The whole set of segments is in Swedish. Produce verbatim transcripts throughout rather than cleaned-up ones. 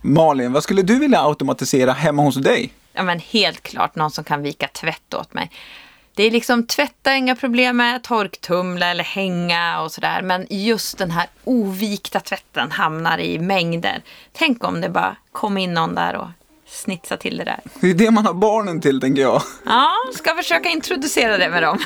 Malin, vad skulle du vilja automatisera hemma hos dig? Ja, men helt klart någon som kan vika tvätt åt mig. Det är liksom tvätta, inga problem med, torktumla eller hänga och sådär. Men just den här ovikta tvätten hamnar i mängder. Tänk om det bara kom in någon där och snitsa till det där. Det är det man har barnen till, tänker jag. Ja, ska försöka introducera det med dem.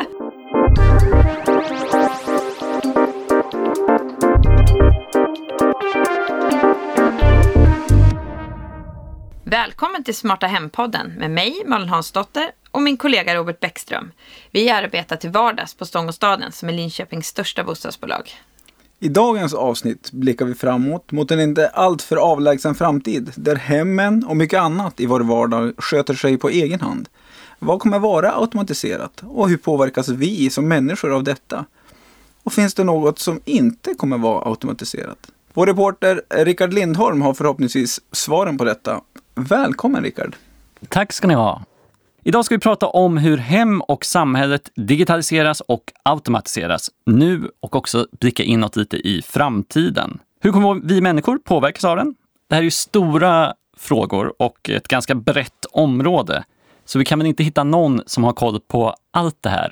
Välkommen till Smarta Hempodden med mig, Malin Hansdotter, och min kollega Robert Bäckström. Vi arbetar till vardags på Stångåstaden som är Linköpings största bostadsbolag. I dagens avsnitt blickar vi framåt mot en inte alltför avlägsen framtid där hemmen och mycket annat i vår vardag sköter sig på egen hand. Vad kommer vara automatiserat och hur påverkas vi som människor av detta? Och finns det något som inte kommer vara automatiserat? Vår reporter Rickard Lindholm har förhoppningsvis svaren på detta. Välkommen Rickard. Tack ska ni ha. Idag ska vi prata om hur hem och samhället digitaliseras och automatiseras nu och också blicka inåt lite i framtiden. Hur kommer vi människor påverkas av den? Det här är ju stora frågor och ett ganska brett område. Så vi kan väl inte hitta någon som har koll på allt det här.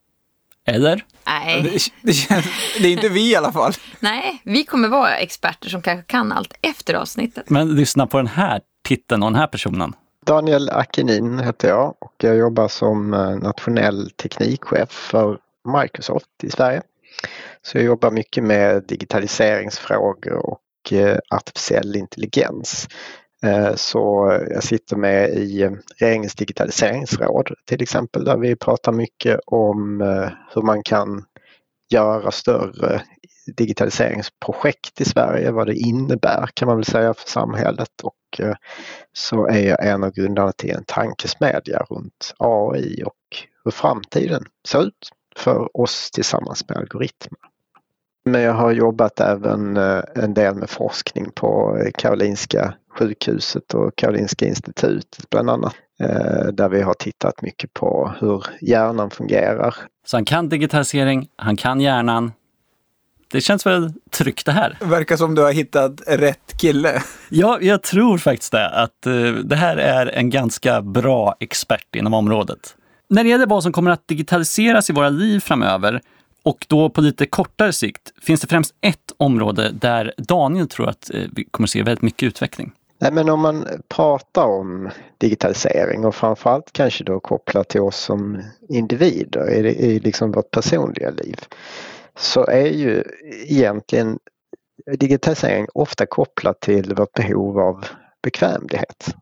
Eller? Nej. Det, det, känns, det är inte vi i alla fall. Nej, vi kommer vara experter som kanske kan allt efter avsnittet. Men lyssna på den här titeln och den här personen. Daniel Akinin heter jag och jag jobbar som nationell teknikchef för Microsoft i Sverige. Så jag jobbar mycket med digitaliseringsfrågor och artificiell intelligens. Så jag sitter med i regeringens digitaliseringsråd till exempel, där vi pratar mycket om hur man kan göra större digitaliseringsprojekt i Sverige, vad det innebär kan man väl säga för samhället, och så är jag en av grundarna till en tankesmedja runt A I och hur framtiden ser ut för oss tillsammans med algoritmer. Men jag har jobbat även en del med forskning på Karolinska sjukhuset och Karolinska institutet bland annat, där vi har tittat mycket på hur hjärnan fungerar. Så han kan digitalisering, han kan hjärnan. Det känns väl tryggt det här. Verkar som du har hittat rätt kille. Ja, jag tror faktiskt det. Att uh, det här är en ganska bra expert inom området. När det gäller vad som kommer att digitaliseras i våra liv framöver, och då på lite kortare sikt, finns det främst ett område där Daniel tror att uh, vi kommer att se väldigt mycket utveckling. Nej, men om man pratar om digitalisering och framförallt kanske då kopplat till oss som individer i, i liksom vårt personliga liv, så är ju egentligen digitalisering ofta kopplat till vårt behov av bekvämlighet.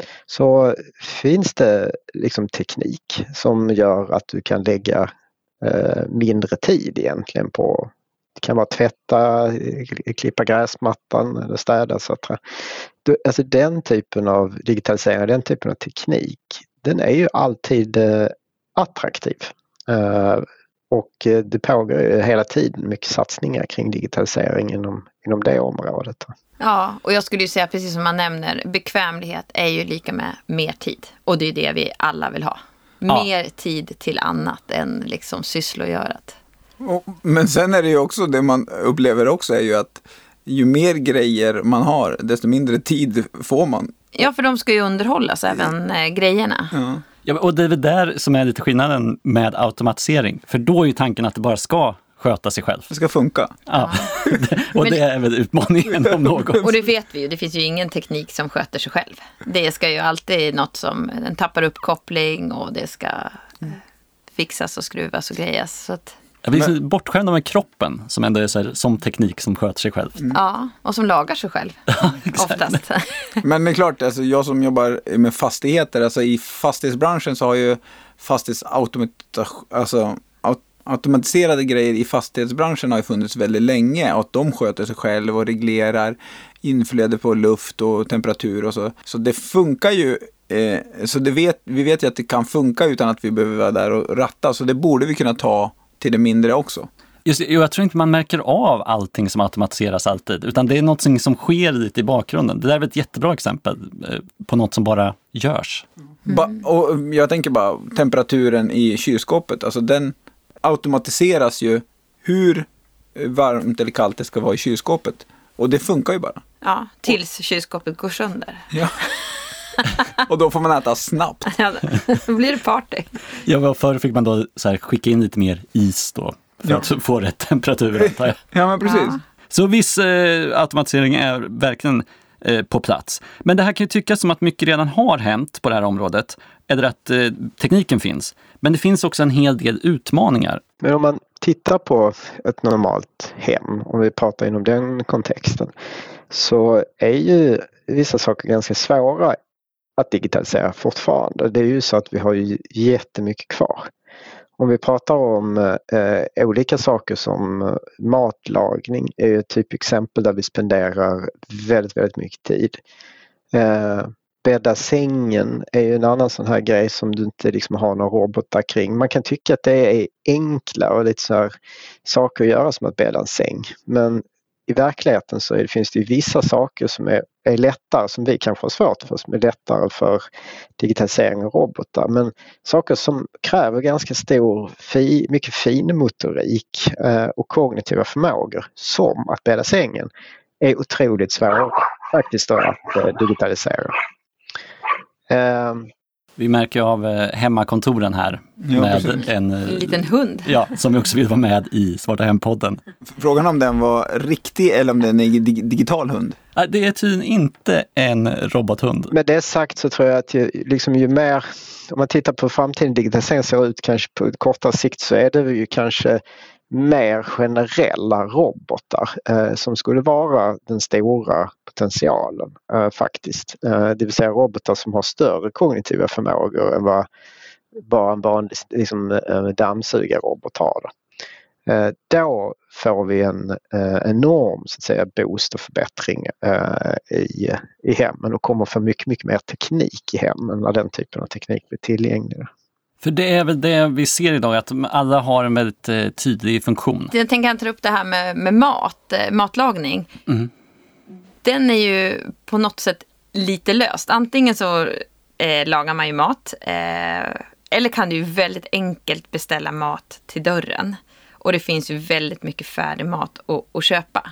Så finns det liksom teknik som gör att du kan lägga eh, mindre tid egentligen på, det kan vara tvätta, klippa gräsmattan eller städa så att du, alltså den typen av digitalisering, den typen av teknik, den är ju alltid eh, attraktiv. Eh, Och det pågår ju hela tiden mycket satsningar kring digitalisering inom, inom det området. Ja, och jag skulle ju säga precis som man nämner, bekvämlighet är ju lika med mer tid. Och det är det vi alla vill ha. Mer ja. tid till annat än liksom sysslogörat. Och, men sen är det ju också, det man upplever också är ju att ju mer grejer man har, desto mindre tid får man. Ja, för de ska ju underhållas även äh, grejerna. Ja. Ja, och det är väl där som är lite skillnaden med automatisering. För då är ju tanken att det bara ska sköta sig själv. Det ska funka. Ja. Och det är väl utmaningen om något. Och det vet vi ju, det finns ju ingen teknik som sköter sig själv. Det ska ju alltid något som, den tappar uppkoppling och det ska eh, fixas och skruvas och grejas. Så att... Ja, vi är bortskämda med kroppen som ändå är så här, som teknik som sköter sig själv. Mm. Ja, och som lagar sig själv. Ja, oftast. Men det är klart, alltså, jag som jobbar med fastigheter, alltså i fastighetsbranschen så har ju fastighetsautomata- alltså, automatiserade grejer i fastighetsbranschen har ju funnits väldigt länge, och att de sköter sig själv och reglerar inflöde på luft och temperatur och så. Så det funkar ju, eh, så det vet, vi vet ju att det kan funka utan att vi behöver vara där och ratta, så det borde vi kunna ta till det mindre också. Just, jag tror inte man märker av allting som automatiseras alltid, utan det är något som sker lite i bakgrunden. Det där är ett jättebra exempel på något som bara görs. Mm. Ba- och jag tänker bara temperaturen i kylskåpet, alltså den automatiseras ju hur varmt eller kallt det ska vara i kylskåpet. Och det funkar ju bara. Ja, tills kylskåpet går sönder. Ja. Och då får man äta snabbt. Ja, då blir det party. Ja, förr fick man då så här, skicka in lite mer is då. För Ja. att få rätt temperatur, antar jag. Ja, men precis. Ja. Så viss eh, automatisering är verkligen eh, på plats. Men det här kan ju tyckas som att mycket redan har hänt på det här området. Eller att eh, tekniken finns. Men det finns också en hel del utmaningar. Men om man tittar på ett normalt hem, om vi pratar inom den kontexten, så är ju vissa saker ganska svåra att digitalisera fortfarande. Det är ju så att vi har ju jättemycket kvar. Om vi pratar om eh, olika saker som matlagning är ju ett typexempel där vi spenderar väldigt, väldigt mycket tid. Eh, bädda sängen är ju en annan sån här grej som du inte liksom har några robotar kring. Man kan tycka att det är enkla och lite så här saker att göra som att bädda en säng. Men i verkligheten så är det, finns det ju vissa saker som är, är lättare, som vi kanske har svårt för, som är lättare för digitalisering av robotar. Men saker som kräver ganska stor, fi, mycket fin motorik eh, och kognitiva förmågor, som att bädda sängen, är otroligt svåra faktiskt då att eh, digitalisera. Eh, Vi märker av eh, hemmakontoren här Ja, med precis. en, eh, En liten hund. ja, som vi också vill vara med i Smarta Hem-podden. Frågan om den var riktig eller om den är dig- digital hund. Äh, Det är tydligen inte en robothund. Med det sagt så tror jag att ju, liksom ju mer, om man tittar på framtiden digitalisering ser ut kanske på kortare sikt, så är det ju kanske mer generella robotar eh, som skulle vara den stora potentialen eh, faktiskt. Eh, det vill säga robotar som har större kognitiva förmågor än vad bara en vanlig liksom, eh, dammsugarrobot har. Eh, då får vi en eh, enorm så att säga, boost och förbättring eh, i, i hemmen och kommer få mycket, mycket mer teknik i hemmen när den typen av teknik blir tillgänglig. För det är väl det vi ser idag, att alla har en väldigt eh, tydlig funktion. Jag tänker att ta upp det här med, med mat, eh, matlagning. Mm. Den är ju på något sätt lite löst. Antingen så eh, lagar man ju mat eh, eller kan du ju väldigt enkelt beställa mat till dörren. Och det finns ju väldigt mycket färdig mat att, att köpa.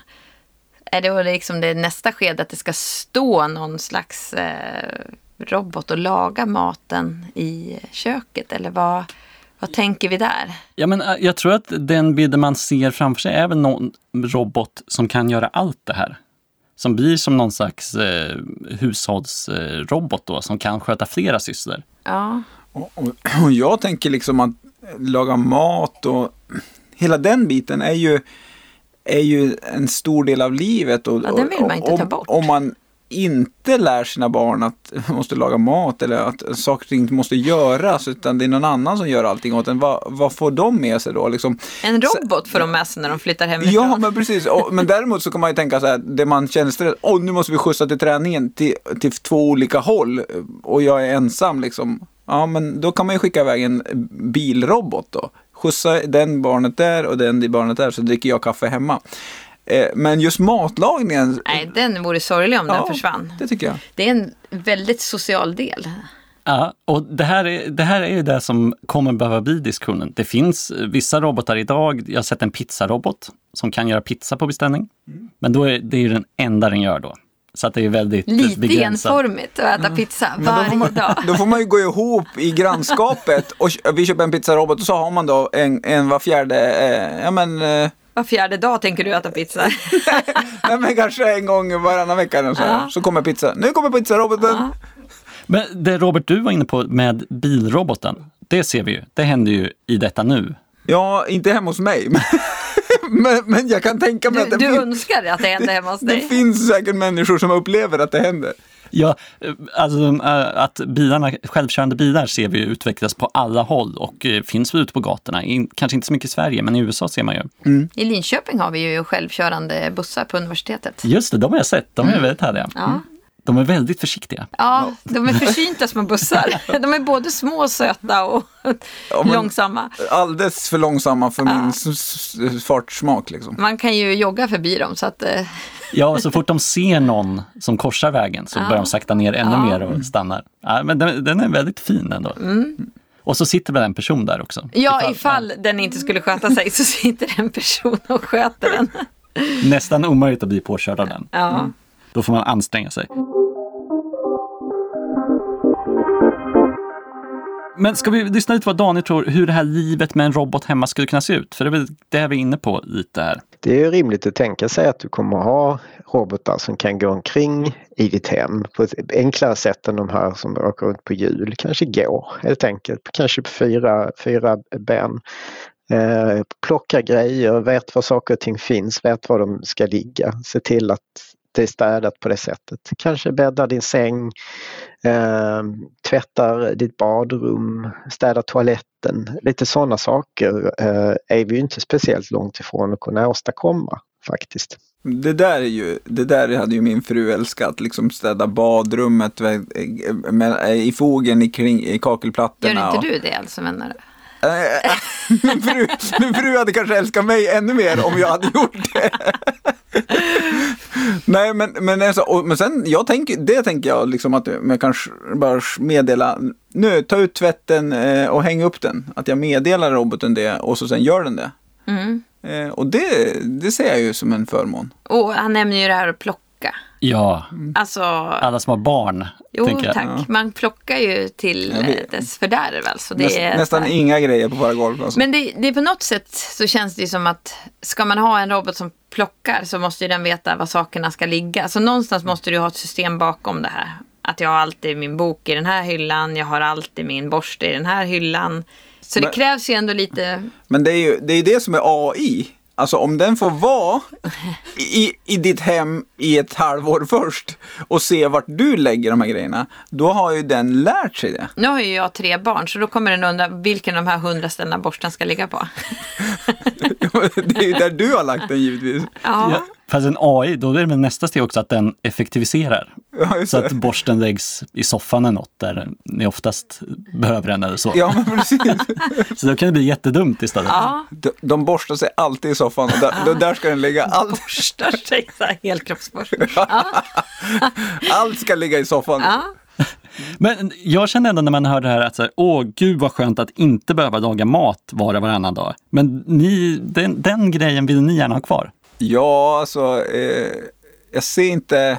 Är det liksom det nästa skede att det ska stå någon slags eh, robot och laga maten i köket? Eller vad, vad tänker vi där? Ja, men äh, jag tror att den bilden man ser framför sig är väl någon robot som kan göra allt det här. Som blir som någon slags eh, hushållsrobot då, som kan sköta flera sysslor. Ja. Och, och, och jag tänker liksom att laga mat och hela den biten är ju, är ju en stor del av livet. Och, Ja, den vill man inte och, ta bort. Om man inte lär sina barn att man måste laga mat eller att saker och ting inte måste göras, utan det är någon annan som gör allting åt en. Vad, vad får de med sig då? Liksom, En robot får de med sig när de flyttar hemifrån. ja, men precis. Och, men däremot så kan man ju tänka så här, det man känner stress, åh, nu måste vi skjutsa till träningen till, till två olika håll och jag är ensam liksom. Ja, men då kan man ju skicka iväg en bilrobot då. Skjutsa den barnet där och den barnet där, så dricker jag kaffe hemma. Eh, men just matlagningen... Nej, den vore sorglig om ja, den försvann. Det tycker jag. Det är en väldigt social del. Ja, och det här, är, det här är ju det som kommer behöva bli diskussionen. Det finns vissa robotar idag. Jag har sett en pizzarobot som kan göra pizza på beställning. Mm. Men då är det ju den enda den gör då. Så att det är väldigt lite begränsat. enformigt att äta pizza Men då får varje man, dag. Då får man ju gå ihop i grannskapet och vi köper en pizzarobot och så har man då en, en var fjärde, eh, ja men... Eh, Var fjärde dag tänker du äta pizza? nej, men kanske en gång varannan vecka eller så, Ja. så kommer pizza. Nu kommer pizzaroboten. Ja. Men det Robert du var inne på med bilroboten, det ser vi ju. Det händer ju i detta nu. Ja, inte hemma hos mig. men, men jag kan tänka mig Du, att det, du fin- önskar att det hände hemma hos det dig. finns säkert människor som upplever att det händer. Ja, alltså äh, att bilarna, självkörande bilar ser vi ju utvecklas på alla håll och äh, finns väl ute på gatorna. In, kanske inte så mycket i Sverige, men i U S A ser man ju. Mm. I Linköping har vi ju självkörande bussar på universitetet. Just det, de har jag sett. De är väldigt härliga. Ja. De är väldigt försiktiga. Ja, de är försynta små bussar. De är både små och söta och Ja, men- långsamma. Alldeles för långsamma för Ja. min s- s- fartsmak liksom. Man kan ju jogga förbi dem så att... eh, Ja, så fort de ser någon som korsar vägen så Ja. börjar de sakta ner ännu Ja. mer och stannar. Ja, men den, den är väldigt fin ändå. Mm. Och så sitter väl en person där också. Ja, ifall den inte skulle sköta sig så sitter en person och sköter den. Nästan omöjligt att bli påkörd av den. Ja. Då får man anstränga sig. Men ska vi lyssna lite vad Daniel tror hur det här livet med en robot hemma skulle kunna se ut? För det är väl det vi är inne på lite här. Det är rimligt att tänka sig att du kommer att ha robotar som kan gå omkring i ditt hem på ett enklare sätt än de här som åker runt på hjul. Kanske går helt enkelt, kanske på fyra, fyra ben. Eh, plocka grejer, vet var saker och ting finns, vet var de ska ligga. Se till att det är städat på det sättet. Kanske bäddar din säng, eh, tvättar ditt badrum, städar toaletten. Lite sådana saker eh, är vi ju inte speciellt långt ifrån att kunna åstadkomma faktiskt. Det där, är ju, det där hade ju min fru älskat, liksom städa badrummet med, i fogen i, kring, i kakelplattorna. Gör inte och... du det alltså, menar du? min, fru, min fru hade kanske älskat mig ännu mer om jag hade gjort det. Nej, men, men, alltså, och, men sen, jag tänker, det tänker jag liksom att jag kanske bara meddela, nu, ta ut tvätten eh, och häng upp den. Att jag meddelar roboten det och så sen gör den det. Mm. Eh, och det, det ser jag ju som en förmån. Och han nämner ju det här att plocka. Ja, Alltså, alla som har barn. jo tänker jag. tack, Ja. man plockar ju till Jag vet. dess fördärv. Alltså, det Näst, är nästan så här. inga grejer på våra golv. Alltså. Men det, det är på något sätt så känns det som att ska man ha en robot som plockar så måste ju den veta var sakerna ska ligga. Så någonstans måste du ha ett system bakom det här. Att jag har alltid min bok i den här hyllan, jag har alltid min borste i den här hyllan. Så Men- det krävs ju ändå lite... Men det är ju det, är det som är A I. Alltså om den får vara i, i ditt hem i ett halvår först och se vart du lägger de här grejerna, då har ju den lärt sig det. Nu har ju jag tre barn så då kommer den undra vilken av de här hundra ställena borsten ska ligga på. Det är ju där du har lagt den givetvis. Ja. Ja, fast en A I, då är det väl nästa steg också att den effektiviserar. Ja, just Så det. att borsten läggs i soffan eller något där ni oftast behöver den eller så. Ja, men precis. Så då kan det bli jättedumt istället. Ja, De, de borstar sig alltid i soffan och där, då, där ska den ligga. Allt, borstar sig så här helkroppsborst. allt ska ligga i soffan. Ja. Men jag känner ändå när man hör det här att så här, åh gud vad skönt att inte behöva laga mat var och varannan dag. Men ni, den, den grejen vill ni gärna ha kvar. Ja, alltså eh, jag ser inte...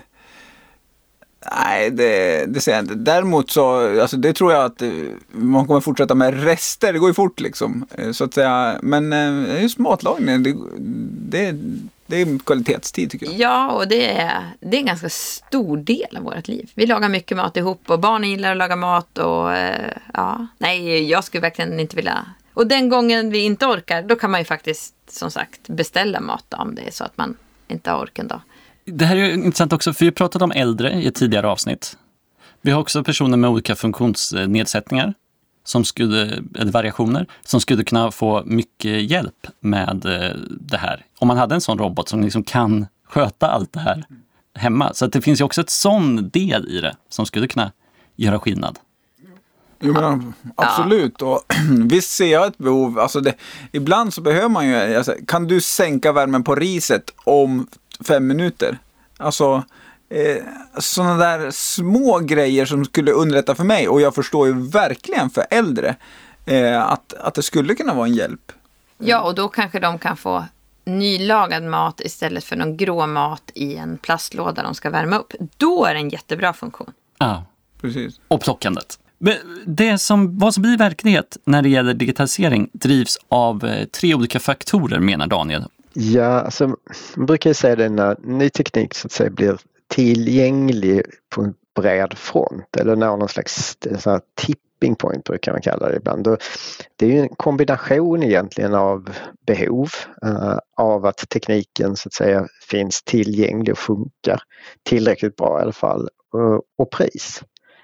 Nej, det, det ser jag inte. Däremot så, alltså det tror jag att eh, man kommer fortsätta med rester. Det går ju fort liksom, eh, så att säga. Men eh, just matlagningen, det, det, det är kvalitetstid tycker jag. Ja, och det är, det är en ganska stor del av vårt liv. Vi lagar mycket mat ihop och barnen gillar att laga mat och eh, ja, nej, jag skulle verkligen inte vilja. Och den gången vi inte orkar, då kan man ju faktiskt som sagt beställa mat då, om det är så att man inte har orken då. Det här är ju intressant också, för vi har pratat om äldre i ett tidigare avsnitt. Vi har också personer med olika funktionsnedsättningar, som skulle, eller variationer, som skulle kunna få mycket hjälp med det här. Om man hade en sån robot som liksom kan sköta allt det här hemma. Så att det finns ju också ett sån del i det som skulle kunna göra skillnad. Jo, men, absolut. Och visst ser jag ett behov. Alltså det, ibland så behöver man ju... Alltså, kan du sänka värmen på riset om fem minuter? Alltså eh, sådana där små grejer som skulle underlätta för mig. Och jag förstår ju verkligen för äldre eh, att, att det skulle kunna vara en hjälp. Ja, och då kanske de kan få nylagad mat istället för någon grå mat i en plastlåda de ska värma upp. Då är det en jättebra funktion. Ja, Precis. och plockandet. Men det som, vad som blir verklighet när det gäller digitalisering drivs av eh, tre olika faktorer, menar Daniel. Ja, alltså, man brukar ju säga det när ny teknik så att säga blir tillgänglig på en bred front eller när någon slags så här, tipping point brukar man kalla det ibland. Och det är ju en kombination egentligen av behov, uh, av att tekniken så att säga finns tillgänglig och funkar tillräckligt bra i alla fall, uh, och pris.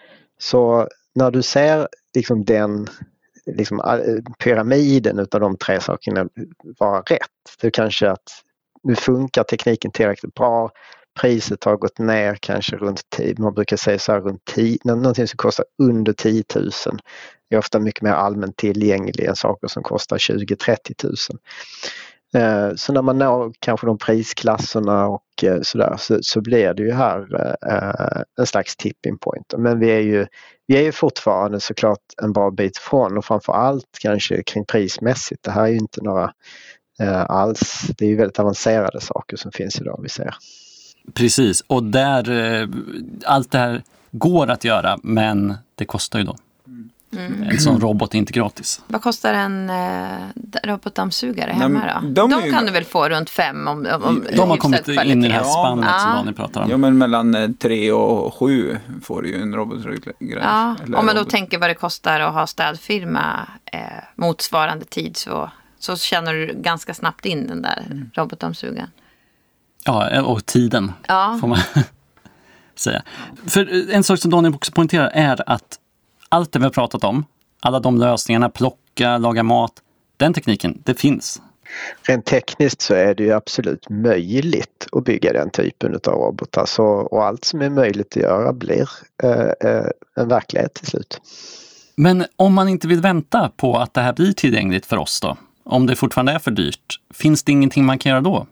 Så när du ser liksom den liksom, pyramiden utav de tre sakerna vara rätt, det är kanske att nu funkar tekniken tillräckligt bra, priset har gått ner kanske runt tio, man brukar säga så här runt tio, någonting som kostar under tio tusen är ofta mycket mer allmänt tillgänglig än saker som kostar tjugo till trettio tusen. Så när man når kanske de prisklasserna och sådär så, så blir det ju här eh, en slags tipping point. Men vi är ju vi är ju fortfarande såklart en bra bit från och framförallt kanske kring prismässigt. Det här är ju inte några eh, alls, det är ju väldigt avancerade saker som finns idag vi ser. Precis, och där eh, allt det här går att göra, men det kostar ju då. Mm. En sån robot är inte gratis. Vad kostar en eh, robotdammsugare hemma då? De, de, de ju... kan du väl få runt fem om, om, om de har kommit kvalitet. In i det här spannet ja. som Daniel pratar om. Ja, men mellan tre och sju får du ju en robotgrej. Ja, om man då tänker vad det kostar att ha städfirma eh, motsvarande tid så, så känner du ganska snabbt in den där mm. robotdammsugaren. Ja, och tiden ja. får man säga. För en sak som Daniel också poängterar är att allt det vi har pratat om, alla de lösningarna, plocka, laga mat, den tekniken, det finns. Rent tekniskt så är det ju absolut möjligt att bygga den typen av robotar. Så, och allt som är möjligt att göra blir eh, en verklighet till slut. Men om man inte vill vänta på att det här blir tillgängligt för oss då, om det fortfarande är för dyrt, finns det ingenting man kan göra då?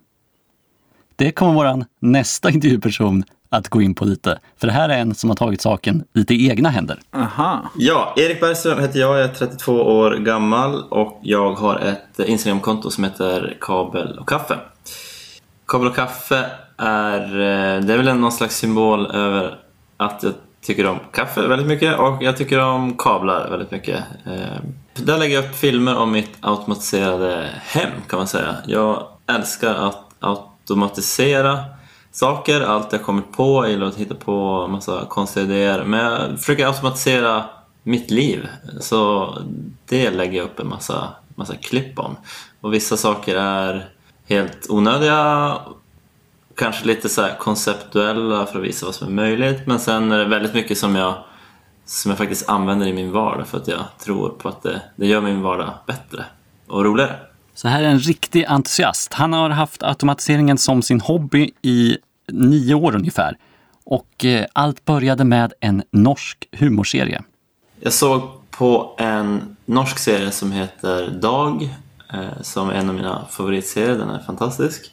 Det kommer vår nästa intervjuperson att gå in på lite. För det här är en som har tagit saken lite i egna händer. Aha. Ja, Erik Bergström heter jag, jag är trettiotvå år gammal och jag har ett Instagramkonto som heter Kabel och kaffe. Kabel och kaffe är, det är väl någon slags symbol över att jag tycker om kaffe väldigt mycket och jag tycker om kablar väldigt mycket. Där lägger jag upp filmer om mitt automatiserade hem kan man säga. Jag älskar att automatisera saker, allt jag kommit på eller att hitta på massa konstiga idéer, men jag försöker automatisera mitt liv, så det lägger jag upp en massa, massa klipp om. Och vissa saker är helt onödiga, kanske lite så här konceptuella för att visa vad som är möjligt, men sen är det väldigt mycket som jag, som jag faktiskt använder i min vardag för att jag tror på att det, det gör min vardag bättre och roligare. Så här är en riktig entusiast. Han har haft automatiseringen som sin hobby i nio år ungefär. Och eh, allt började med en norsk humorserie. Jag såg på en norsk serie som heter Dag, eh, som är en av mina favoritserier. Den är fantastisk.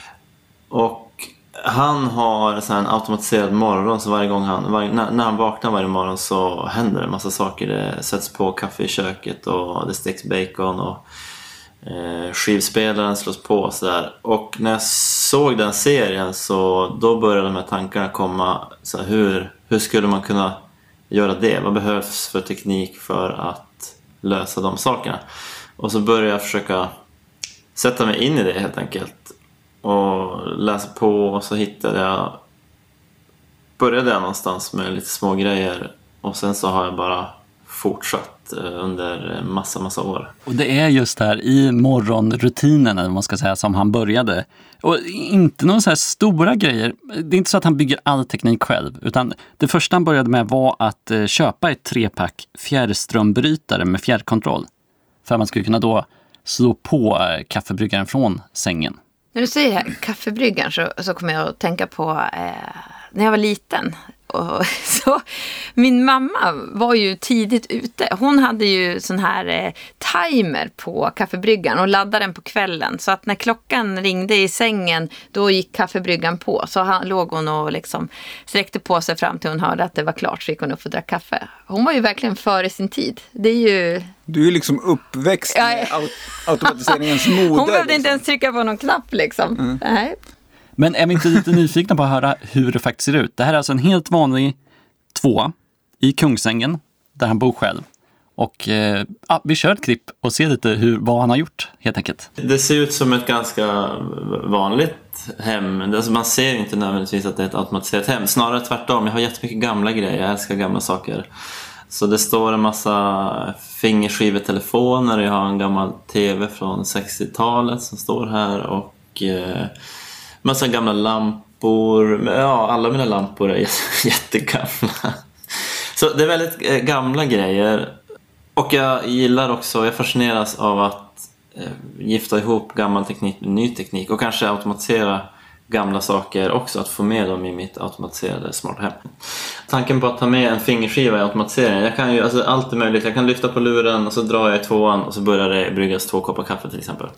Och han har så här en automatiserad morgon, så varje gång han, varje, när, när han vaknar varje morgon så händer det en massa saker. Det sätts på kaffe i köket och det steks bacon och Eh, skivspelaren slås på och sådär. Och när jag såg den serien så då började de här tankarna komma så här, hur, hur skulle man kunna göra det? Vad behövs för teknik för att lösa de sakerna? Och så började jag försöka sätta mig in i det helt enkelt och läsa på, och så hittade jag började jag någonstans med lite små grejer och sen så har jag bara fortsatt under massa, massa år. Och det är just här i morgonrutinen, eller man ska säga, som han började. Och inte några så här stora grejer. Det är inte så att han bygger all teknik själv, utan det första han började med var att köpa ett trepack fjärrströmbrytare med fjärrkontroll. För att man skulle kunna då slå på kaffebryggaren från sängen. När du säger här, kaffebryggaren så, så kommer jag att tänka på eh, när jag var liten. Och så, min mamma var ju tidigt ute. Hon hade ju sån här eh, timer på kaffebryggaren och laddade den på kvällen. Så att när klockan ringde i sängen, då gick kaffebryggaren på. Så han, låg hon och liksom sträckte på sig fram till hon hörde att det var klart, så gick hon upp och drack kaffe. Hon var ju verkligen före sin tid. Det är ju... Du är ju liksom uppväxt med aut- automatiseringens moder. Hon behövde liksom. inte ens trycka på någon knapp liksom. Mm. Nej. Men är vi inte lite nyfikna på att höra hur det faktiskt ser ut? Det här är alltså en helt vanlig tvåa i Kungsängen, där han bor själv. Och eh, ja, vi kör ett klipp och ser lite hur, vad han har gjort, helt enkelt. Det ser ut som ett ganska vanligt hem. Alltså man ser inte nödvändigtvis att det är ett automatiserat hem. Snarare tvärtom, jag har jättemycket gamla grejer. Jag älskar gamla saker. Så det står en massa fingerskivetelefoner. Jag har en gammal tv från sextiotalet som står här. Och eh, massa gamla lampor. Ja, alla mina lampor är jättegamla. Så det är väldigt gamla grejer. Och jag gillar också, jag fascineras av att eh, gifta ihop gammal teknik med ny teknik. Och kanske automatisera gamla saker också, att få med dem i mitt automatiserade smarta hem. Tanken på att ta med en fingerskiva i automatiseringen, jag kan ju, alltså allt är möjligt. Jag kan lyfta på luren och så drar jag i tvåan och så börjar det bryggas två koppar kaffe till exempel.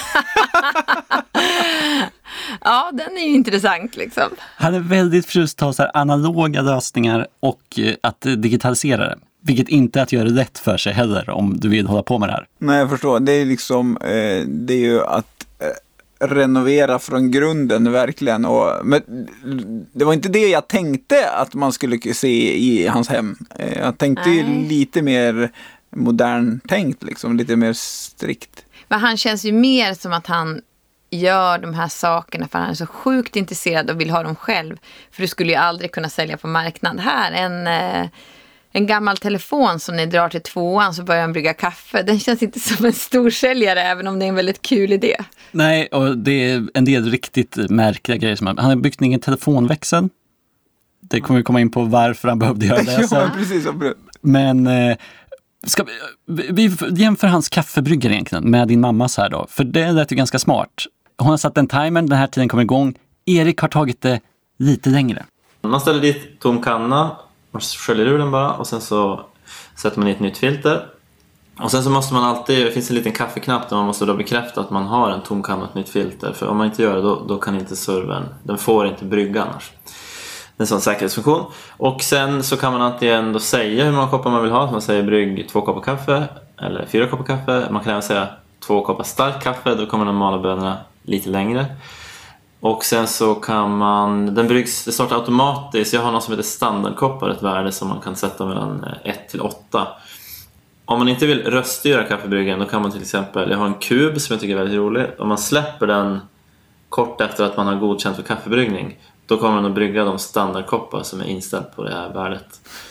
Ja, den är ju intressant liksom. Han är väldigt förtjust att ha så här analoga lösningar och eh, att digitalisera det. Vilket inte är att göra rätt för sig heller om du vill hålla på med det här. Nej, jag förstår. Det är liksom, eh, det är ju att eh, renovera från grunden verkligen. Och, men det var inte det jag tänkte att man skulle se i hans hem. Jag tänkte Nej. ju lite mer modern tänkt, liksom, lite mer strikt. Men han känns ju mer som att han gör de här sakerna för han är så sjukt intresserad och vill ha dem själv. För du skulle ju aldrig kunna sälja på marknad. Här, en, en gammal telefon som ni drar till tvåan så börjar han brygga kaffe. Den känns inte som en storsäljare även om det är en väldigt kul idé. Nej, och det är en del riktigt märkliga grejer. Som han, han har byggt ingen telefonväxel. Det kommer vi komma in på varför han behövde göra det. Ja, precis. Men eh, ska vi, vi jämför hans kaffebryggare egentligen med din mammas här då. För det lät ju ganska smart. Hon har satt en timer, den här tiden kommer igång. Erik har tagit det lite längre. Man ställer dit tom kanna, man sköljer ur den bara och sen så sätter man i ett nytt filter. Och sen så måste man alltid, det finns en liten kaffeknapp där man måste då bekräfta att man har en tom kanna och ett nytt filter. För om man inte gör det då, då kan inte servern, den får inte brygga annars. Det är en sån säkerhetsfunktion. Och sen så kan man antingen då säga hur många koppar man vill ha. Så man säger brygg två koppar kaffe eller fyra koppar kaffe. Man kan även säga två koppar starkt kaffe, då kommer de mala bönorna lite längre. Och sen så kan man, den bryggs, det startar automatiskt. Jag har något som heter standardkoppar, ett värde som man kan sätta mellan ett till åtta. Om man inte vill röststyra kaffebryggen, då kan man till exempel, jag har en kub som jag tycker är väldigt rolig. Om man släpper den kort efter att man har godkänt för kaffebryggning, då kommer man att brygga de standardkoppar som är inställt på det här värdet.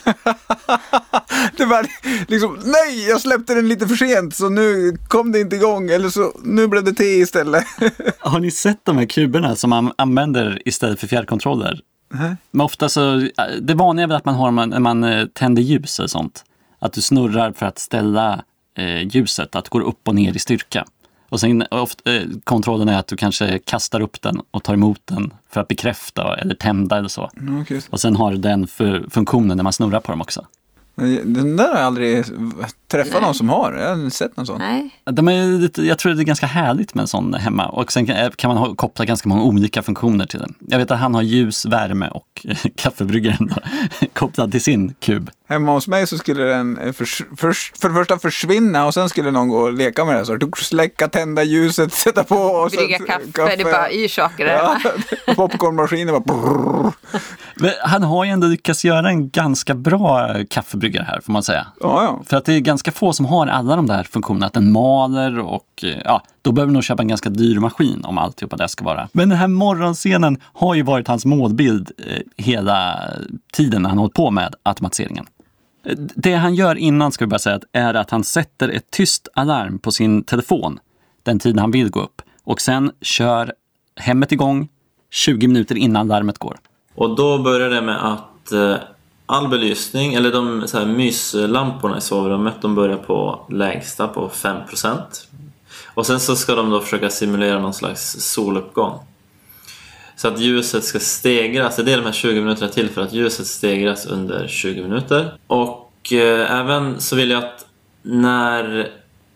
Det var liksom, nej, jag släppte den lite för sent så nu kom det inte igång. Eller så, nu blev det te istället. Har ni sett de här kuberna som man använder istället för fjärrkontroller? Mm. Men ofta så, det vanliga är väl att man har när man tänder ljus och sånt. Att du snurrar för att ställa eh, ljuset, att det går upp och ner i styrka. Och sen ofta, eh, kontrollen är att du kanske kastar upp den och tar emot den för att bekräfta eller tända eller så. Mm, okay. Och sen har du den för funktionen när man snurrar på dem också. Den där har jag aldrig träffat Nej. någon som har. Jag har aldrig sett någon sån. Nej. De är lite, jag tror det är ganska härligt med en sån hemma. Och sen kan, kan man ha, koppla ganska många olika funktioner till den. Jag vet att han har ljus, värme och kaffebryggaren då, kopplad till sin kub. Hemma hos mig så skulle den för, för, för det första försvinna och sen skulle någon gå och leka med det. Så du släcka, tända ljuset, sätta på och Brygga så, kaffe, kaffe, det är bara yrsaker där. Ja, popcornmaskinen bara... Men han har ju ändå lyckats göra en ganska bra kaffebryggare här, får man säga. Ja, ja. För att det är ganska få som har alla de där funktionerna. Att den maler och ja, då behöver nog köpa en ganska dyr maskin om alltihopa det ska vara. Men den här morgonscenen har ju varit hans målbild eh, hela tiden när han hållit på med automatiseringen. Det han gör innan, ska vi bara säga, är att han sätter ett tyst alarm på sin telefon den tiden han vill gå upp. Och sen kör hemmet igång tjugo minuter innan larmet går. Och då börjar det med att eh, all belysning, eller de så här, myslamporna i sovrummet, de börjar på lägsta på fem procent. Och sen så ska de då försöka simulera någon slags soluppgång. Så att ljuset ska stegras, det är de här tjugo minuterna till för att ljuset stegras under tjugo minuter. Och eh, även så vill jag att när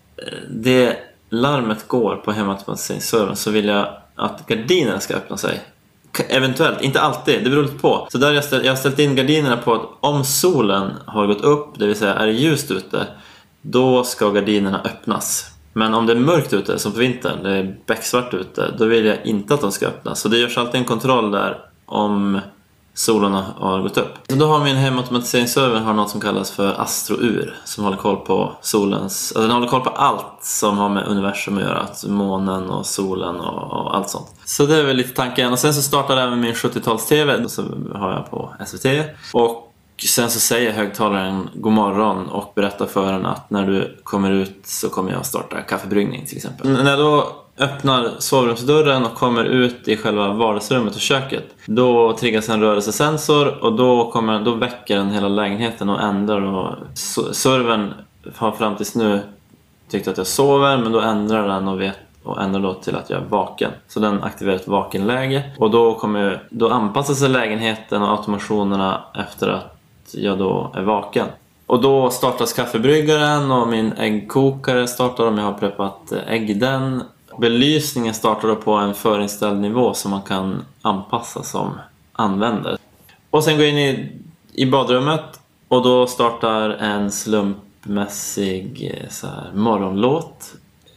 det larmet går på hemautomatiseringsservern så vill jag att gardinerna ska öppna sig. Eventuellt, inte alltid, det beror lite på. Så där jag, ställ, jag har ställt in gardinerna på att om solen har gått upp, det vill säga är det ljust ute, då ska gardinerna öppnas. Men om det är mörkt ute, som på vintern, det är becksvart ute, då vill jag inte att de ska öppnas. Så det görs alltid en kontroll där om solen har gått upp. Så då har min hemautomatiseringsserver har något som kallas för astrour, som håller koll på solens, alltså den håller koll på allt som har med universum att göra, alltså månen och solen och, och allt sånt. Så det är väl lite tanken. Och sen så startar även min sjuttio-tals-tv, så har jag på S V T. Och sen så säger högtalaren god morgon och berättar för en att när du kommer ut så kommer jag starta kaffebryggning till exempel. När jag då öppnar sovrumsdörren och kommer ut i själva vardagsrummet och köket, då triggas en rörelsesensor och då, kommer, då väcker den hela lägenheten och ändrar. Och servern har fram tills nu tyckt att jag sover, men då ändrar den och vet och ändrar då till att jag är vaken. Så den aktiverar ett vakenläge och då kommer då anpassar sig lägenheten och automationerna efter att jag då är vaken. Och då startas kaffebryggaren och min äggkokare startar om jag har preppat ägg i den. Belysningen startar då på en förinställd nivå som man kan anpassa som användare. Och sen går jag in i, i badrummet och då startar en slumpmässig så här, morgonlåt.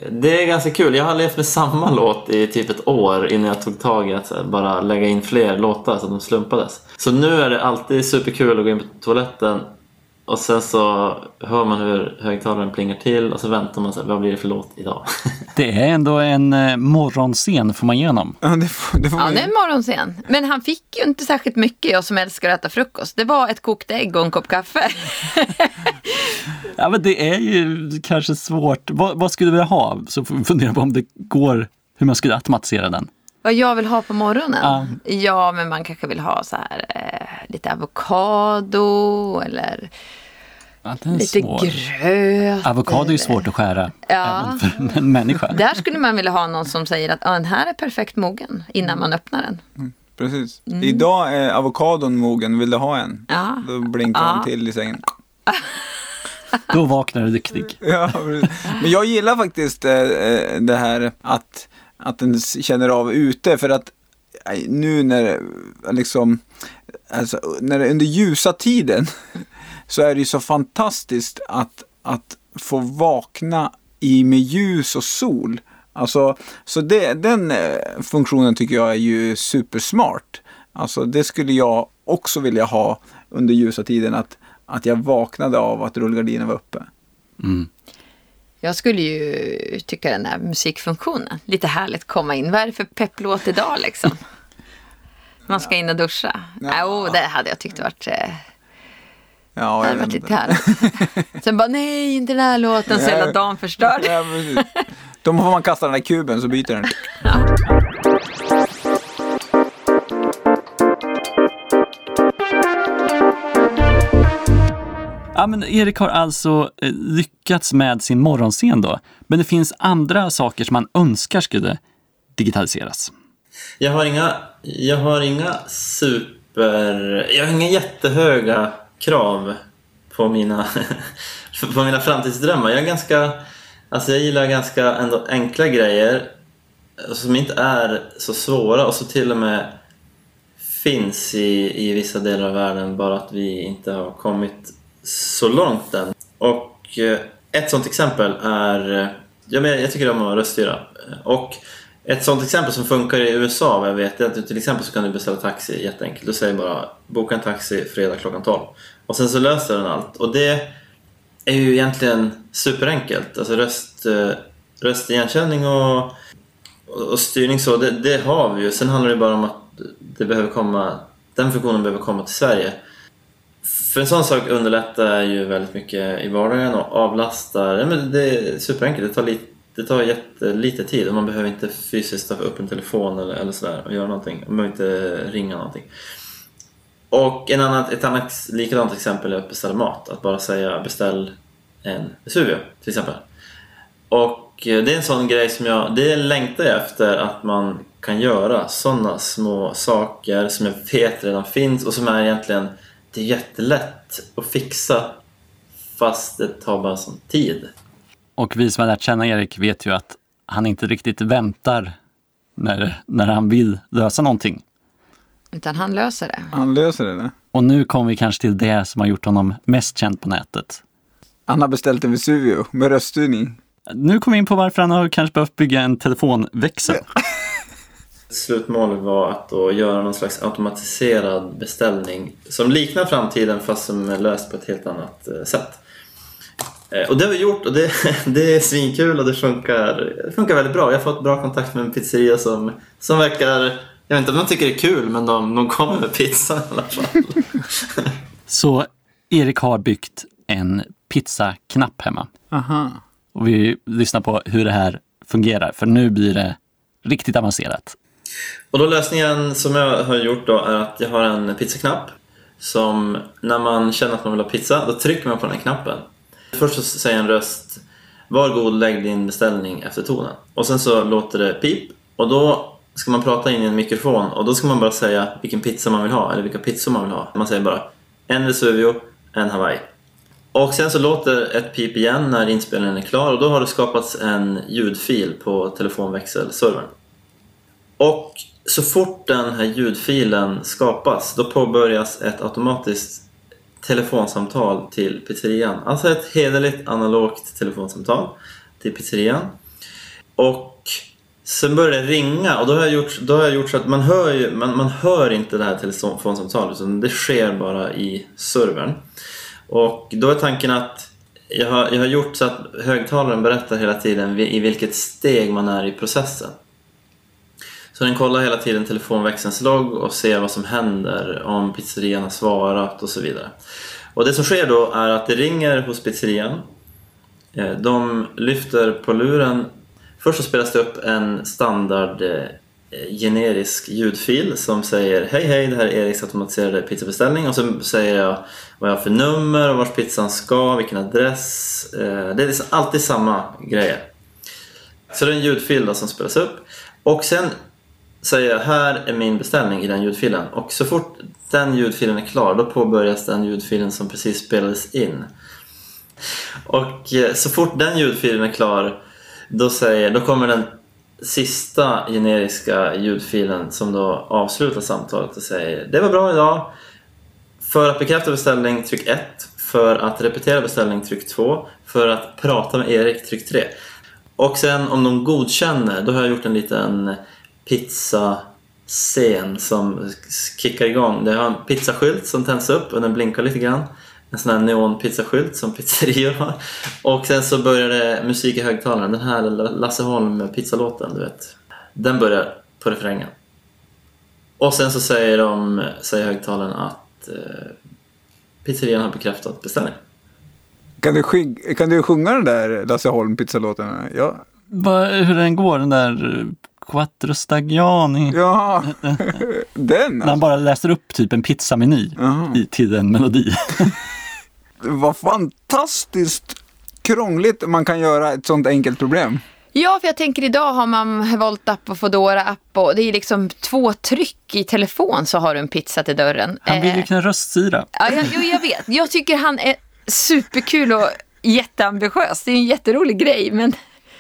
Det är ganska kul. Jag har levt med samma låt i typ ett år innan jag tog tag i att bara lägga in fler låtar så att de slumpades. Så nu är det alltid superkul att gå in på toaletten och sen så hör man hur högtalaren plingar till och så väntar man sig, vad blir det för låt idag? Det är ändå en eh, morgonscen får man igenom. Ja, det får, det får Ja, man... det är en morgonscen. Men han fick ju inte särskilt mycket, jag som älskar att äta frukost. Det var ett kokt ägg och en kopp kaffe. Ja, men det är ju kanske svårt. Vad, vad skulle du vilja ha? Så får vi fundera på om det går, hur man skulle automatisera den. Vad jag vill ha på morgonen? Ja. Ja, men man kanske vill ha så här eh, lite avokado eller Ja, det är lite svår. gröt. Avokado är ju eller... svårt att skära Ja. även för en människa. Där skulle man vilja ha någon som säger att ah, den här är perfekt mogen innan man öppnar den. Mm, precis. Idag är avokadon mogen, vill du ha en? Ja. Då blinkar Ja. han till i sängen. Då vaknar du riktigt. Ja, men jag gillar faktiskt eh, det här att, att den känner av ute, för att eh, nu när liksom alltså, när det, under ljusa tiden så är det ju så fantastiskt att, att få vakna i med ljus och sol. Alltså, så det, den eh, funktionen tycker jag är ju supersmart. Alltså det skulle jag också vilja ha under ljusa tiden, att att jag vaknade av att rullgardinen var uppe. Mm. Jag skulle ju tycka den här musikfunktionen lite härligt komma in. Vad är det för pepplåt idag liksom? Man ska in och duscha. Ja, Ja. oh, det hade jag tyckt varit, eh, Ja, det jag hade vet varit inte. lite härligt. Sen bara, nej, inte den här låten, så hela dagen förstörd. Ja, precis. Då får man kasta den där kuben så byter den. Ja, men Erik har alltså eh, lyckats med sin morgonscen då. Men det finns andra saker som man önskar skulle digitaliseras. Jag har inga, jag har inga super... Jag har inga jättehöga krav på mina, på mina framtidsdrömmar. Jag är ganska... Alltså jag gillar ganska ändå enkla grejer som inte är så svåra och så till och med finns i, i vissa delar av världen, bara att vi inte har kommit så långt än. Och eh, ett sånt exempel är... eh, Ja, men jag tycker om att röststyra. Och ett sånt exempel som funkar i U S A, vad jag vet, är att du, till exempel så kan du beställa taxi jätteenkelt. Du säger bara, boka en taxi fredag klockan tolv. Och sen så löser den allt. Och det är ju egentligen superenkelt. Alltså röst, eh, röstigenkänning och, och styrning så, det, det har vi ju. Sen handlar det bara om att det behöver komma, den funktionen behöver komma till Sverige. För en sån sak underlättar ju väldigt mycket i vardagen och avlastar. Ja, men det är superenkelt, det tar, lite, det tar jättelite tid och man behöver inte fysiskt ta upp en telefon eller, eller sådär och göra någonting. Man behöver inte ringa någonting. Och en annan, ett annat likadant exempel är att beställa mat. Att bara säga beställ en Vesuvio till exempel. Och det är en sån grej som jag, det längtar jag efter, att man kan göra sådana små saker som jag vet redan finns och som är egentligen, det är jättelätt att fixa fast det tar bara sån tid. Och vi som har lärt känna Erik vet ju att han inte riktigt väntar när, när han vill lösa någonting. Utan han löser det. Han löser det. Ne? Och nu kommer vi kanske till det som har gjort honom mest känd på nätet. Han har beställt en Vesuvio med röststyrning. Nu kommer vi in på varför han har kanske behövt bygga en telefonväxel. Slutmålet var att då göra någon slags automatiserad beställning som liknar framtiden fast som är löst på ett helt annat sätt. Och det har vi gjort och det, det är svinkul och det funkar, det funkar väldigt bra. Jag har fått bra kontakt med en pizzeria som, som verkar, jag vet inte om de tycker det är kul, men de, de kommer med pizza i alla fall. Så Erik har byggt en pizzaknapp hemma. Aha. Och vi lyssnar på hur det här fungerar, för nu blir det riktigt avancerat. Och då lösningen som jag har gjort då är att jag har en pizzaknapp som när man känner att man vill ha pizza, då trycker man på den här knappen. Först så säger en röst, var god, lägg din beställning efter tonen. Och sen så låter det pip och då ska man prata in i en mikrofon och då ska man bara säga vilken pizza man vill ha eller vilka pizzor man vill ha. Man säger bara en Vesuvio, en Hawaii. Och sen så låter ett pip igen när inspelningen är klar och då har det skapats en ljudfil på telefonväxelservern. Och så fort den här ljudfilen skapas, då påbörjas ett automatiskt telefonsamtal till pizzerian. Alltså ett hederligt analogt telefonsamtal till pizzerian. Och sen började det ringa och då har jag gjort, då har jag gjort så att man hör, ju, man, man hör inte det här telefonsamtalet utan det sker bara i servern. Och då är tanken att jag har, jag har gjort så att högtalaren berättar hela tiden i vilket steg man är i processen. Så den kollar hela tiden telefonväxelns logg och ser vad som händer, om pizzerian har svarat och så vidare. Och det som sker då är att det ringer hos pizzerian. De lyfter på luren. Först så spelas det upp en standard eh, generisk ljudfil som säger hej hej, det här är Eriks automatiserade pizzabeställning, och så säger jag vad jag har för nummer och vars pizzan ska, vilken adress. Eh, det är liksom alltid samma grejer. Så det är en ljudfil då som spelas upp, och sen säger jag här är min beställning i den ljudfilen, och så fort den ljudfilen är klar då påbörjas den ljudfilen som precis spelades in. Och eh, så fort den ljudfilen är klar Då, säger, då kommer den sista generiska ljudfilen som då avslutar samtalet och säger det var bra idag. För att bekräfta beställning tryck ett. För att repetera beställning tryck två. För att prata med Erik tryck tre. Och sen om de godkänner, då har jag gjort en liten pizzascen som kickar igång. Det har en pizzaskylt som tänds upp och den blinkar lite grann. En sån här neonpizzaskylt som pizzerior har. Och sen så börjar det musik i högtalaren. Den här Lasse Holm pizzalåten, du vet. Den börjar på refrängen. Och sen så säger de, säger högtalaren att eh, pizzerian har bekräftat beställning. Kan du, sk- kan du sjunga den där Lasse Holm pizzalåten? Ja. Va, hur den går, den där Quattro Stagiani. Ja, den När han bara läser upp typ en pizzameny Aha. i, till en melodi. Det var fantastiskt krångligt man kan göra ett sånt enkelt problem. Ja, för jag tänker idag har man Volt-app och Foodora-app och det är liksom två tryck i telefon så har du en pizza till dörren. Han vill ju kunna röststyra. Ja, jag, jo, jag vet. Jag tycker han är superkul och jätteambitiös. Det är en jätterolig grej, men...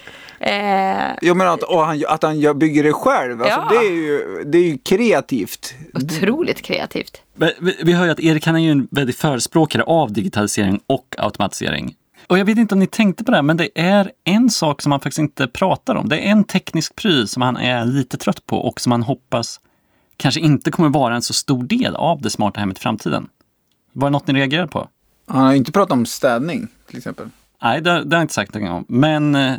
Eh... Jag menar att, åh, han, att han gör, bygger det själv, alltså, Ja. det, är ju, det är ju kreativt. Otroligt kreativt. Vi, vi hör ju att Erik, han är ju en väldigt förespråkare av digitalisering och automatisering. Och jag vet inte om ni tänkte på det här, men det är en sak som han faktiskt inte pratar om. Det är en teknisk pryl som han är lite trött på och som han hoppas kanske inte kommer vara en så stor del av det smarta hemmet i framtiden. Var det något ni reagerade på? Han har inte pratat om städning, till exempel. Nej, det, det har jag inte sagt någon gång. Men eh,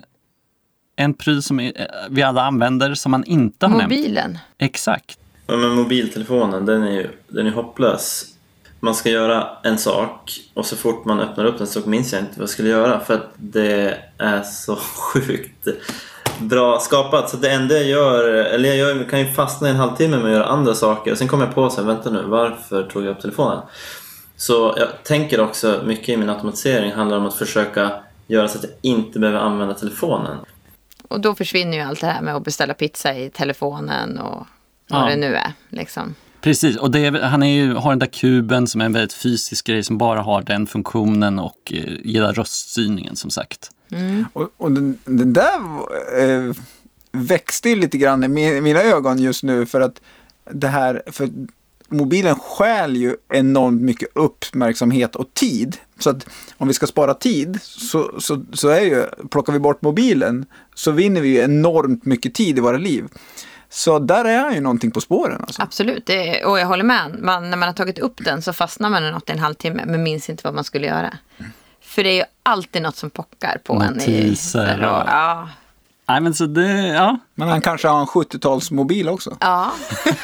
en pryl som är, vi alla använder som man inte har Mobilen. nämnt. Exakt. Ja, men mobiltelefonen, den är ju den är hopplös. Man ska göra en sak och så fort man öppnar upp den så minns jag inte vad jag skulle göra. För att det är så sjukt bra skapat. Så det enda jag gör, eller jag gör, kan ju fastna i en halvtimme med att göra andra saker. Och sen kommer jag på sig, vänta nu, varför tog jag upp telefonen? Så jag tänker också mycket i min automatisering handlar om att försöka göra så att jag inte behöver använda telefonen. Och då försvinner ju allt det här med att beställa pizza i telefonen och vad Ja. det nu är. Liksom. Precis, och det är, han är ju, har den där kuben som är en väldigt fysisk grej som bara har den funktionen och eh, gillar röststyrningen som sagt. Mm. Och, och den, den där eh, växte ju lite grann i min, mina ögon just nu för att det här, för mobilen stjäl ju enormt mycket uppmärksamhet och tid. Så att om vi ska spara tid så, så, så är ju, plockar vi bort mobilen så vinner vi ju enormt mycket tid i våra liv. Så där är han ju någonting på spåren. Alltså. Absolut, det, och jag håller med. Man, när man har tagit upp den så fastnar man i något i en halvtimme men minns inte vad man skulle göra. Mm. För det är ju alltid något som pockar på Notiser, en. I, och, ja. Nej, men så det, ja. Men han kanske har en sjuttiotalsmobil också. Ja.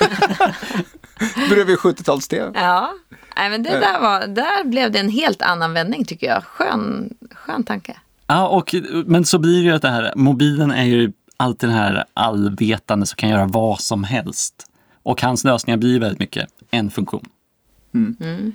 Bredvid sjuttiotalst-T V. Ja. Nej, men det där, var, där blev det en helt annan vändning tycker jag. Skön, skön tanke. Ja, och, men så blir det ju att det här, mobilen är ju alltid den här allvetande som kan göra vad som helst. Och hans lösningar blir väldigt mycket en funktion. Mm. Mm.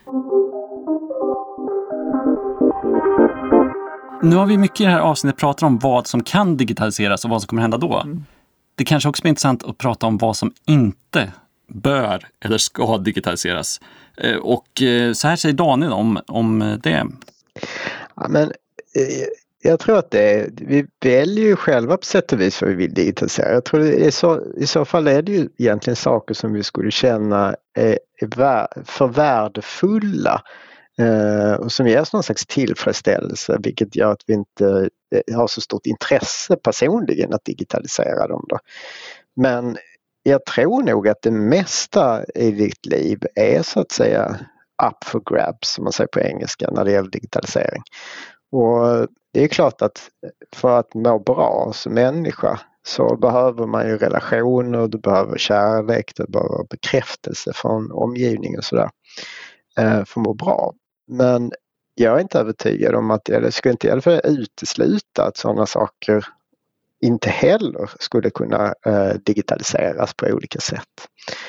Nu har vi mycket i det här avsnittet pratat om vad som kan digitaliseras och vad som kommer hända då. Mm. Det kanske också blir intressant att prata om vad som inte bör eller ska digitaliseras. Och så här säger Daniel om, om det. Ja, men jag tror att det är, vi väljer ju själva på sätt och vis vad vi vill digitalisera. Jag tror det är så, i så fall är det ju egentligen saker som vi skulle känna är, är för värdefulla eh, och som ger oss någon slags tillfredsställelse, vilket gör att vi inte har så stort intresse personligen att digitalisera dem då. Men jag tror nog att det mesta i ditt liv är så att säga up for grabs, som man säger på engelska, när det gäller digitalisering. Och det är klart att för att må bra som människa så behöver man ju relationer, du behöver kärlek, du behöver bekräftelse från omgivningen och sådär för att må bra. Men jag är inte övertygad om att, eller skulle inte i alla fall utesluta att sådana saker inte heller skulle kunna eh, digitaliseras på olika sätt.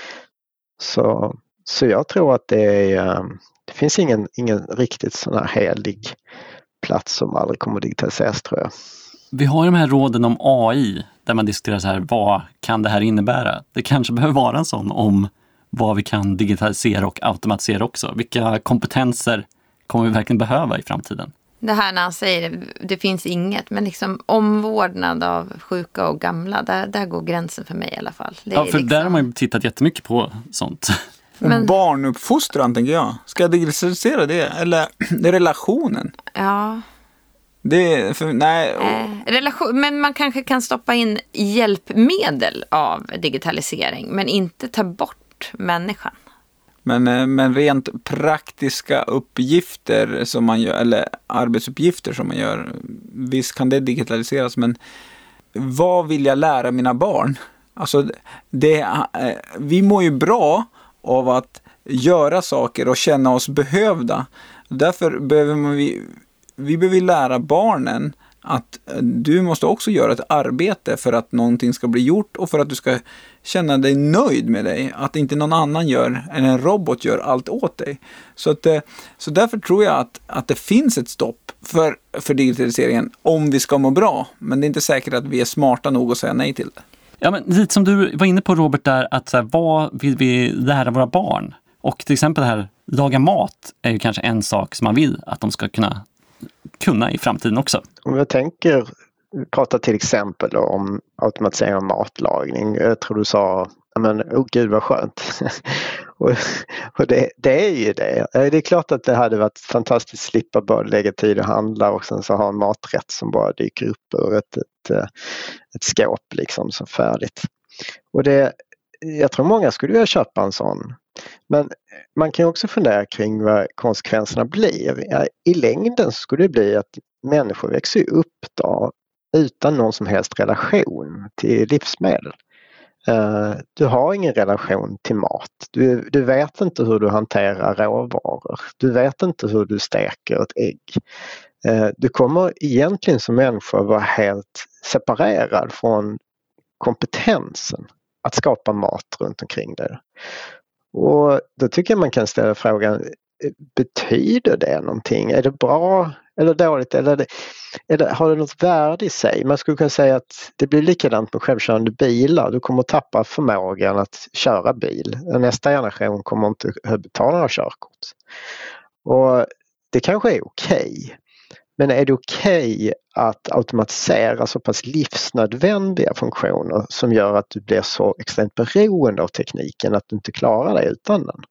Så, så jag tror att det, är, det finns ingen, ingen riktigt sån här helig plats som aldrig kommer att digitaliseras, tror jag. Vi har ju de här råden om A I där man diskuterar så här, vad kan det här innebära? Det kanske behöver vara en sån om vad vi kan digitalisera och automatisera också. Vilka kompetenser kommer vi verkligen behöva i framtiden? Det här när han säger det, det finns inget, men liksom omvårdnad av sjuka och gamla, där, där går gränsen för mig i alla fall. Det ja, för liksom... där har man ju tittat jättemycket på sånt. Men... Barnuppfostran, tänker jag. Ska jag digitalisera det? Eller det är relationen? Ja. Det är för, nej. Eh, relation, men man kanske kan stoppa in hjälpmedel av digitalisering, men inte ta bort människan. Men, men rent praktiska uppgifter som man gör, eller arbetsuppgifter som man gör, visst kan det digitaliseras, men vad vill jag lära mina barn? Alltså, det, vi mår ju bra av att göra saker och känna oss behövda. Därför behöver man, vi, vi behöver lära barnen att du måste också göra ett arbete för att någonting ska bli gjort och för att du ska känna dig nöjd med dig. Att inte någon annan gör, än en robot gör allt åt dig. Så, att, så därför tror jag att, att det finns ett stopp för, för digitaliseringen om vi ska må bra. Men det är inte säkert att vi är smarta nog att säga nej till det. Ja, men lite som du var inne på, Robert, där att så här, vad vill vi lära våra barn? Och till exempel det här, laga mat är ju kanske en sak som man vill att de ska kunna kunna i framtiden också. Om jag tänker, vi pratar till exempel om automatisering av matlagning. Jag tror du sa, men oh gud vad skönt. och och det, det är ju det. Det är klart att det hade varit fantastiskt att slippa bara lägga tid och handla och sen så ha en maträtt som bara dyker upp ur ett, ett, ett skåp liksom som färdigt. Och det, jag tror många skulle vilja köpa en sån. Men man kan också fundera kring vad konsekvenserna blir. Ja, i längden skulle det bli att människor växer upp då utan någon som helst relation till livsmedel. Uh, du har ingen relation till mat. Du, du vet inte hur du hanterar råvaror. Du vet inte hur du steker ett ägg. Uh, du kommer egentligen som människa vara helt separerad från kompetensen att skapa mat runt omkring dig. Och då tycker jag man kan ställa frågan, betyder det någonting? Är det bra eller dåligt? Eller, det, eller har det något värde i sig? Man skulle kunna säga att det blir likadant med självkörande bilar. Du kommer att tappa förmågan att köra bil. Nästa generation kommer inte att betala några körkort. Och det kanske är okej. Men är det okej att automatisera så pass livsnödvändiga funktioner som gör att du blir så extremt beroende av tekniken att du inte klarar dig utan den?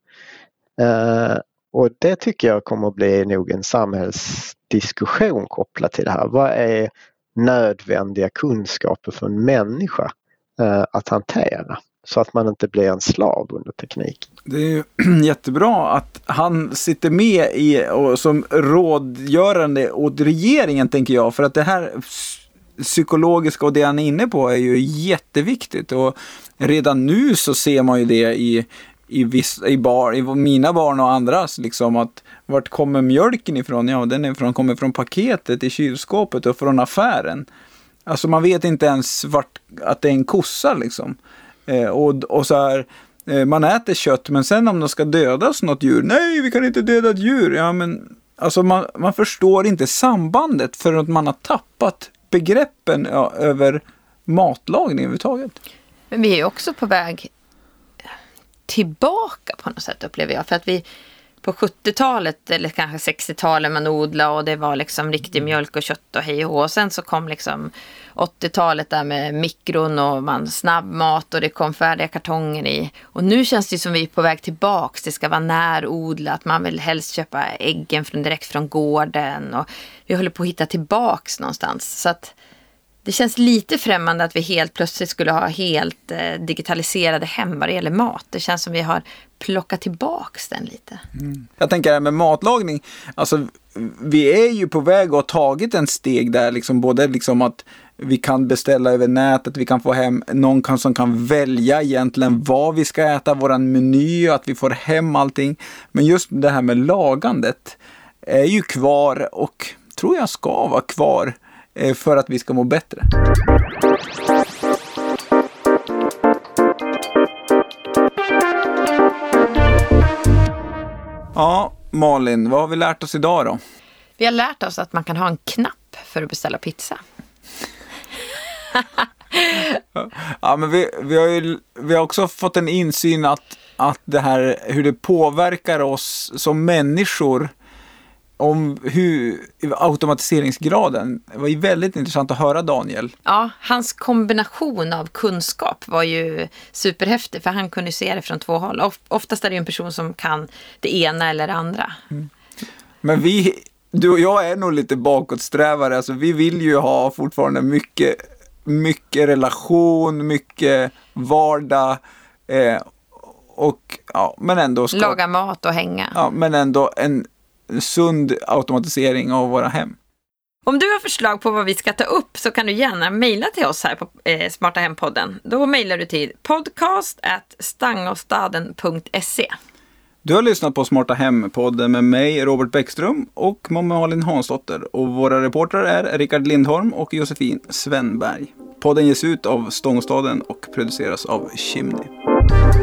Uh, och det tycker jag kommer att bli nog en samhällsdiskussion kopplat till det här. Vad är nödvändiga kunskaper för en människa uh, att hantera? Så att man inte blir en slav under teknik. Det är ju jättebra att han sitter med i, och som rådgörande åt regeringen, tänker jag. För att det här psykologiska och det han är inne på är ju jätteviktigt. Och redan nu så ser man ju det i, i, viss, i, bar, i mina barn och andras. Liksom, att vart kommer mjölken ifrån? Ja, den är från, kommer från paketet i kylskåpet och från affären. Alltså man vet inte ens vart, att det är en kossa liksom. Eh, och, och så här, eh, man äter kött, men sen om de ska dödas något djur, nej vi kan inte döda ett djur. Ja, men alltså man, man förstår inte sambandet för att man har tappat begreppen ja, över matlagning överhuvudtaget. Men vi är också på väg tillbaka på något sätt, upplever jag, för att vi på sjuttiotalet eller kanske sextiotalet man odlade och det var liksom riktig mjölk och kött och hej och hå. Och sen så kom liksom åttiotalet där med mikron och man snabbmat och det kom färdiga kartonger i. Och nu känns det som vi är på väg tillbaks. Det ska vara närodlat. Man vill helst köpa äggen från, direkt från gården. Och vi håller på att hitta tillbaks någonstans. Så att det känns lite främmande att vi helt plötsligt skulle ha helt eh, digitaliserade hem vad det gäller mat. Det känns som vi har plockat tillbaks den lite. Mm. Jag tänker det här med matlagning. Alltså, vi är ju på väg att ha tagit en steg där. Liksom, både liksom att vi kan beställa över nätet, vi kan få hem någon kan, som kan välja egentligen vad vi ska äta, våran meny, att vi får hem allting. Men just det här med lagandet är ju kvar och tror jag ska vara kvar för att vi ska må bättre. Ja, Malin, vad har vi lärt oss idag då? Vi har lärt oss att man kan ha en knapp för att beställa pizza. Ja, men vi, vi, har ju, vi har också fått en insyn att, att det här, hur det påverkar oss som människor om hur automatiseringsgraden. Det var ju väldigt intressant att höra Daniel. Ja, hans kombination av kunskap var ju superhäftig för han kunde se det från två håll. Oftast är det ju en person som kan det ena eller det andra. Mm. Men vi, du och jag är nog lite bakåtsträvare. Alltså vi vill ju ha fortfarande mycket, mycket relation, mycket vardag eh, och ja, men ändå ska, laga mat och hänga. Ja, men ändå en sund automatisering av våra hem. Om du har förslag på vad vi ska ta upp så kan du gärna mejla till oss här på eh, Smarta Hem-podden. Då mejlar du till podcast at stangåstaden punkt se. Du har lyssnat på Smarta Hem-podden med mig, Robert Bäckström och Malin Hansdotter. Och våra reportrar är Rickard Lindholm och Josefin Svenberg. Podden ges ut av Stångåstaden och produceras av Chimney.